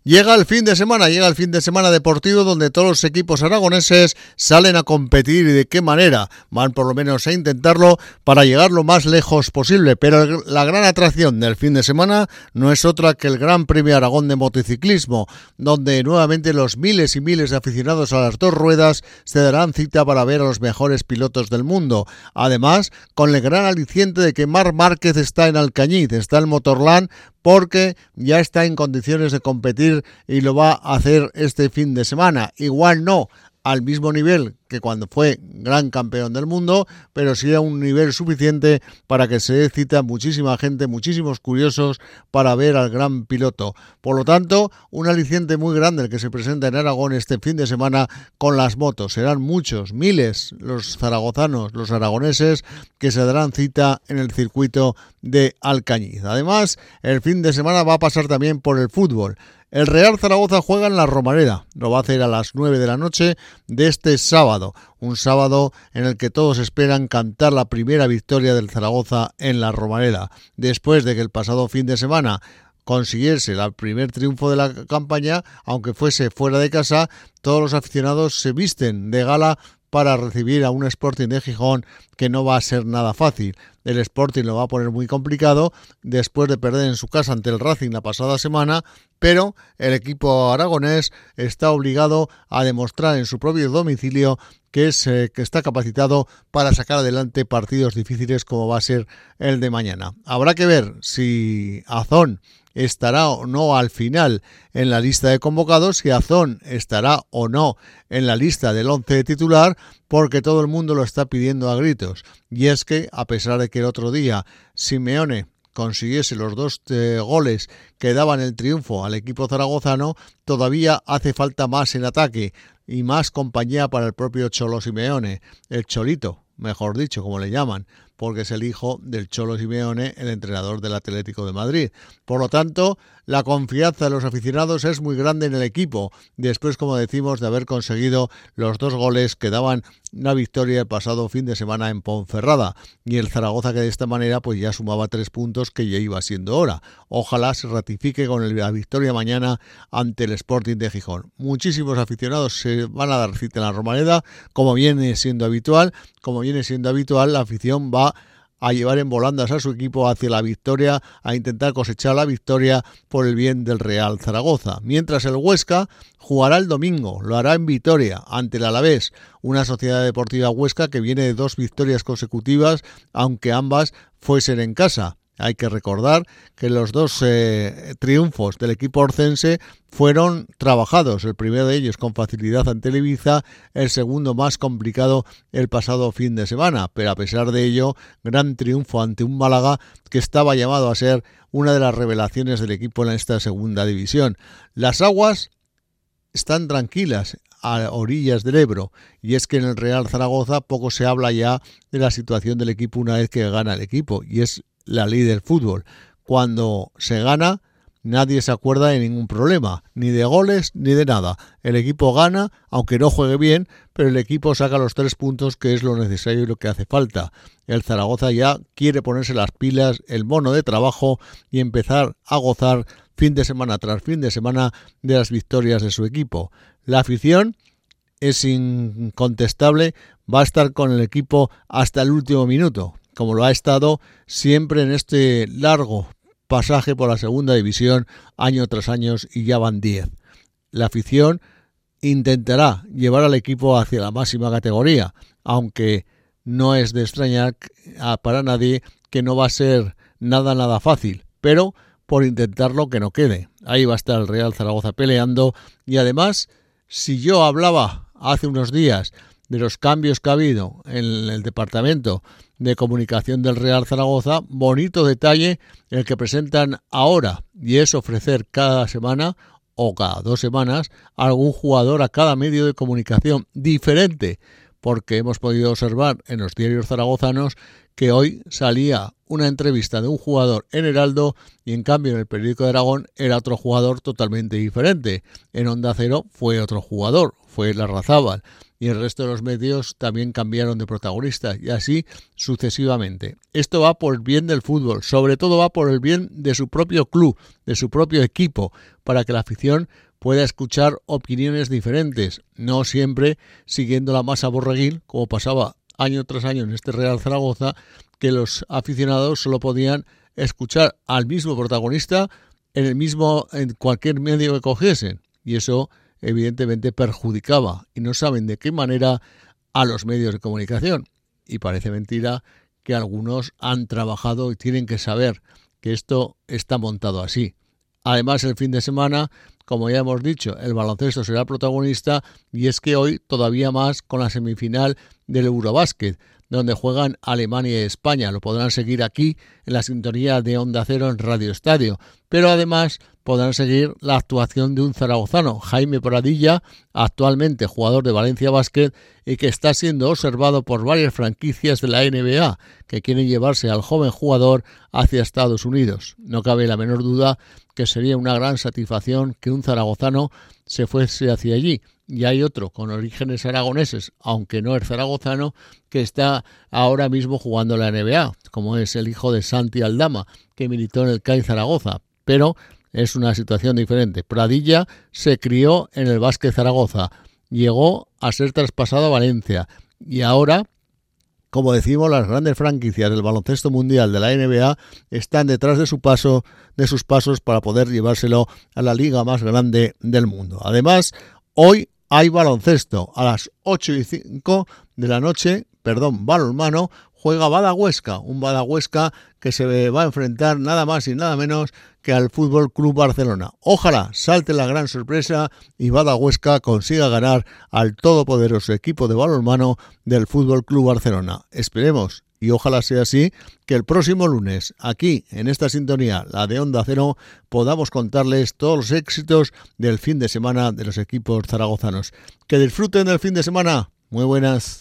Llega el fin de semana deportivo donde todos los equipos aragoneses salen a competir y de qué manera. Van por lo menos a intentarlo para llegar lo más lejos posible, pero la gran atracción del fin de semana no es otra que el Gran Premio Aragón de motociclismo, donde nuevamente los miles y miles de aficionados a las dos ruedas se darán cita para ver a los mejores pilotos del mundo. Además, con el gran aliciente de que Marc Márquez está en Alcañiz, está en Motorland, porque ya está en condiciones de competir y lo va a hacer este fin de semana. Igual no al mismo nivel que cuando fue gran campeón del mundo, pero sí a un nivel suficiente para que se dé cita muchísima gente, muchísimos curiosos para ver al gran piloto. Por lo tanto, un aliciente muy grande el que se presenta en Aragón este fin de semana con las motos. Serán muchos, miles los zaragozanos, los aragoneses que se darán cita en el circuito de Alcañiz. Además, el fin de semana va a pasar también por el fútbol. El Real Zaragoza juega en la Romareda, lo va a hacer a las 9 de la noche de este sábado, un sábado en el que todos esperan cantar la primera victoria del Zaragoza en la Romareda, después de que el pasado fin de semana consiguiese el primer triunfo de la campaña, aunque fuese fuera de casa. Todos los aficionados se visten de gala para recibir a un Sporting de Gijón que no va a ser nada fácil. El Sporting lo va a poner muy complicado después de perder en su casa ante el Racing la pasada semana, pero el equipo aragonés está obligado a demostrar en su propio domicilio que está capacitado para sacar adelante partidos difíciles como va a ser el de mañana. Habrá que ver si Azón estará o no al final en la lista de convocados, si Azón estará o no en la lista del 11 titular, porque todo el mundo lo está pidiendo a gritos. Y es que, a pesar de que el otro día Simeone consiguiese los dos goles que daban el triunfo al equipo zaragozano, todavía hace falta más en ataque y más compañía para el propio Cholo Simeone, el Cholito, mejor dicho, como le llaman, porque es el hijo del Cholo Simeone, el entrenador del Atlético de Madrid. Por lo tanto, la confianza de los aficionados es muy grande en el equipo, después, como decimos, de haber conseguido los dos goles que daban una victoria el pasado fin de semana en Ponferrada, y el Zaragoza que de esta manera pues ya sumaba 3 puntos, que ya iba siendo hora. Ojalá se ratifique con la victoria mañana ante el Sporting de Gijón. Muchísimos aficionados se van a dar cita en la Romareda, como viene siendo habitual. La afición va a llevar en volandas a su equipo hacia la victoria, a intentar cosechar la victoria por el bien del Real Zaragoza. Mientras el Huesca jugará el domingo, lo hará en Vitoria, ante el Alavés, una sociedad deportiva Huesca que viene de 2 victorias consecutivas, aunque ambas fuesen en casa. Hay que recordar que los 2 triunfos del equipo orcense fueron trabajados, el primero de ellos con facilidad ante el Ibiza, el segundo más complicado el pasado fin de semana, pero a pesar de ello, gran triunfo ante un Málaga que estaba llamado a ser una de las revelaciones del equipo en esta segunda división. Las aguas están tranquilas a orillas del Ebro, y es que en el Real Zaragoza poco se habla ya de la situación del equipo una vez que gana el equipo, y es la ley del fútbol. Cuando se gana, nadie se acuerda de ningún problema, ni de goles ni de nada. El equipo gana, aunque no juegue bien, pero el equipo saca los 3 puntos, que es lo necesario y lo que hace falta. El Zaragoza ya quiere ponerse las pilas, el mono de trabajo, y empezar a gozar fin de semana tras fin de semana de las victorias de su equipo. La afición es incontestable, va a estar con el equipo hasta el último minuto, como lo ha estado siempre en este largo pasaje por la segunda división, año tras año, y ya van 10. La afición intentará llevar al equipo hacia la máxima categoría, aunque no es de extrañar para nadie que no va a ser nada fácil, pero por intentarlo que no quede. Ahí va a estar el Real Zaragoza peleando, y además, si yo hablaba hace unos días de los cambios que ha habido en el departamento de comunicación del Real Zaragoza, bonito detalle el que presentan ahora, y es ofrecer cada semana o cada 2 semanas algún jugador a cada medio de comunicación diferente, porque hemos podido observar en los diarios zaragozanos que hoy salía una entrevista de un jugador en Heraldo y en cambio en el periódico de Aragón era otro jugador totalmente diferente. En Onda Cero fue otro jugador, fue Larrazábal. y el resto de los medios también cambiaron de protagonistas y así sucesivamente. Esto va por el bien del fútbol, sobre todo va por el bien de su propio club, de su propio equipo, para que la afición pueda escuchar opiniones diferentes, no siempre siguiendo la masa borreguil, como pasaba año tras año en este Real Zaragoza, que los aficionados solo podían escuchar al mismo protagonista en cualquier medio que cogiesen, y eso evidentemente perjudicaba, y no saben de qué manera, a los medios de comunicación. Y parece mentira que algunos han trabajado y tienen que saber que esto está montado así. Además, el fin de semana, como ya hemos dicho, el baloncesto será protagonista, y es que hoy todavía más con la semifinal del Eurobásquet, donde juegan Alemania y España. Lo podrán seguir aquí en la sintonía de Onda Cero en Radio Estadio, pero además podrán seguir la actuación de un zaragozano, Jaime Pradilla, actualmente jugador de Valencia Basket y que está siendo observado por varias franquicias de la NBA que quieren llevarse al joven jugador hacia Estados Unidos. No cabe la menor duda que sería una gran satisfacción que un zaragozano se fuese hacia allí. Y hay otro con orígenes aragoneses, aunque no es zaragozano, que está ahora mismo jugando en la NBA, como es el hijo de Santi Aldama, que militó en el CAI Zaragoza, pero es una situación diferente. Pradilla se crió en el Básquet Zaragoza, llegó a ser traspasado a Valencia y ahora, como decimos, las grandes franquicias del baloncesto mundial de la NBA están detrás de sus pasos para poder llevárselo a la liga más grande del mundo. Además, hoy hay baloncesto a las 8:05 de la noche, balonmano, juega Bada Huesca, un Bada Huesca que se va a enfrentar nada más y nada menos que al Fútbol Club Barcelona. Ojalá salte la gran sorpresa y Bada Huesca consiga ganar al todopoderoso equipo de balonmano del Fútbol Club Barcelona. Esperemos, y ojalá sea así, que el próximo lunes, aquí en esta sintonía, la de Onda Cero, podamos contarles todos los éxitos del fin de semana de los equipos zaragozanos. Que disfruten del fin de semana. Muy buenas.